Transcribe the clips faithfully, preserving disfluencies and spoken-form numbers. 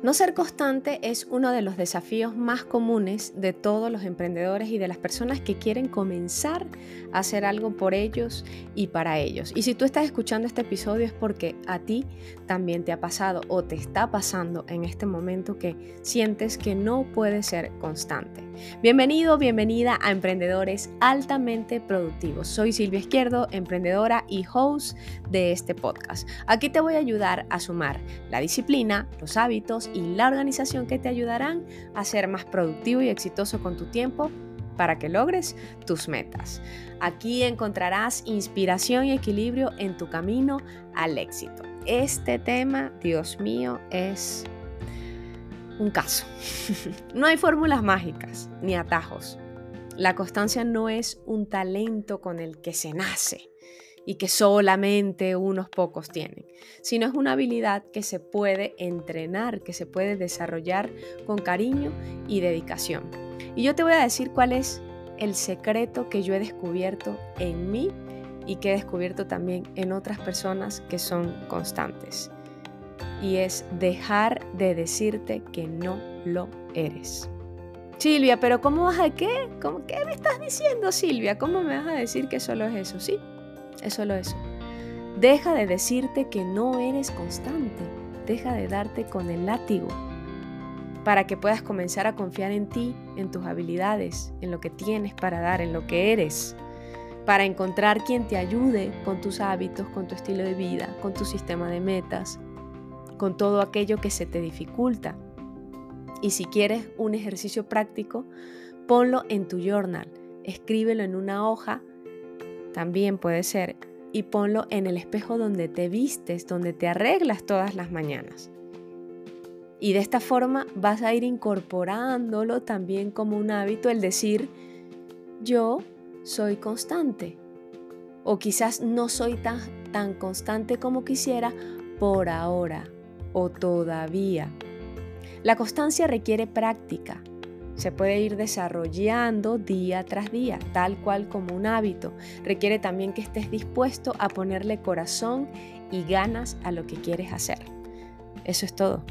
No ser constante es uno de los desafíos más comunes de todos los emprendedores y de las personas que quieren comenzar a hacer algo por ellos y para ellos. Y si tú estás escuchando este episodio es porque a ti también te ha pasado o te está pasando en este momento que sientes que no puedes ser constante. Bienvenido, bienvenida a Emprendedores Altamente Productivos. Soy Silvia Izquierdo, emprendedora y host de este podcast. Aquí te voy a ayudar a sumar la disciplina, los hábitos y la organización que te ayudarán a ser más productivo y exitoso con tu tiempo para que logres tus metas. Aquí encontrarás inspiración y equilibrio en tu camino al éxito. Este tema, Dios mío, es un caso. No hay fórmulas mágicas ni atajos. La constancia no es un talento con el que se nace y que solamente unos pocos tienen, sino es una habilidad que se puede entrenar, que se puede desarrollar con cariño y dedicación. Y yo te voy a decir cuál es el secreto que yo he descubierto en mí y que he descubierto también en otras personas que son constantes. Y es dejar de decirte que no lo eres. Silvia, ¿pero cómo vas a qué? ¿Cómo, ¿Qué me estás diciendo, Silvia? ¿Cómo me vas a decir que solo es eso? Sí. Es solo eso. Deja de decirte que no eres constante. Deja de darte con el látigo para que puedas comenzar a confiar en ti, en tus habilidades, en lo que tienes para dar, en lo que eres, para encontrar quien te ayude con tus hábitos, con tu estilo de vida, con tu sistema de metas, con todo aquello que se te dificulta. Y si quieres un ejercicio práctico, ponlo en tu journal, escríbelo en una hoja. También puede ser, y ponlo en el espejo donde te vistes, donde te arreglas todas las mañanas. Y de esta forma vas a ir incorporándolo también como un hábito, el decir, yo soy constante. O quizás no soy tan, tan constante como quisiera por ahora o todavía. La constancia requiere práctica. Se puede ir desarrollando día tras día, tal cual como un hábito. Requiere también que estés dispuesto a ponerle corazón y ganas a lo que quieres hacer. Eso es todo.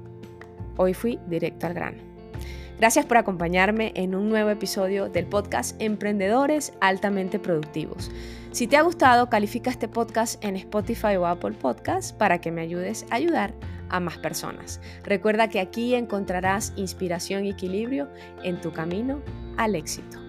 Hoy fui directo al grano. Gracias por acompañarme en un nuevo episodio del podcast Emprendedores Altamente Productivos. Si te ha gustado, califica este podcast en Spotify o Apple Podcasts para que me ayudes a ayudar a más personas. Recuerda que aquí encontrarás inspiración y equilibrio en tu camino al éxito.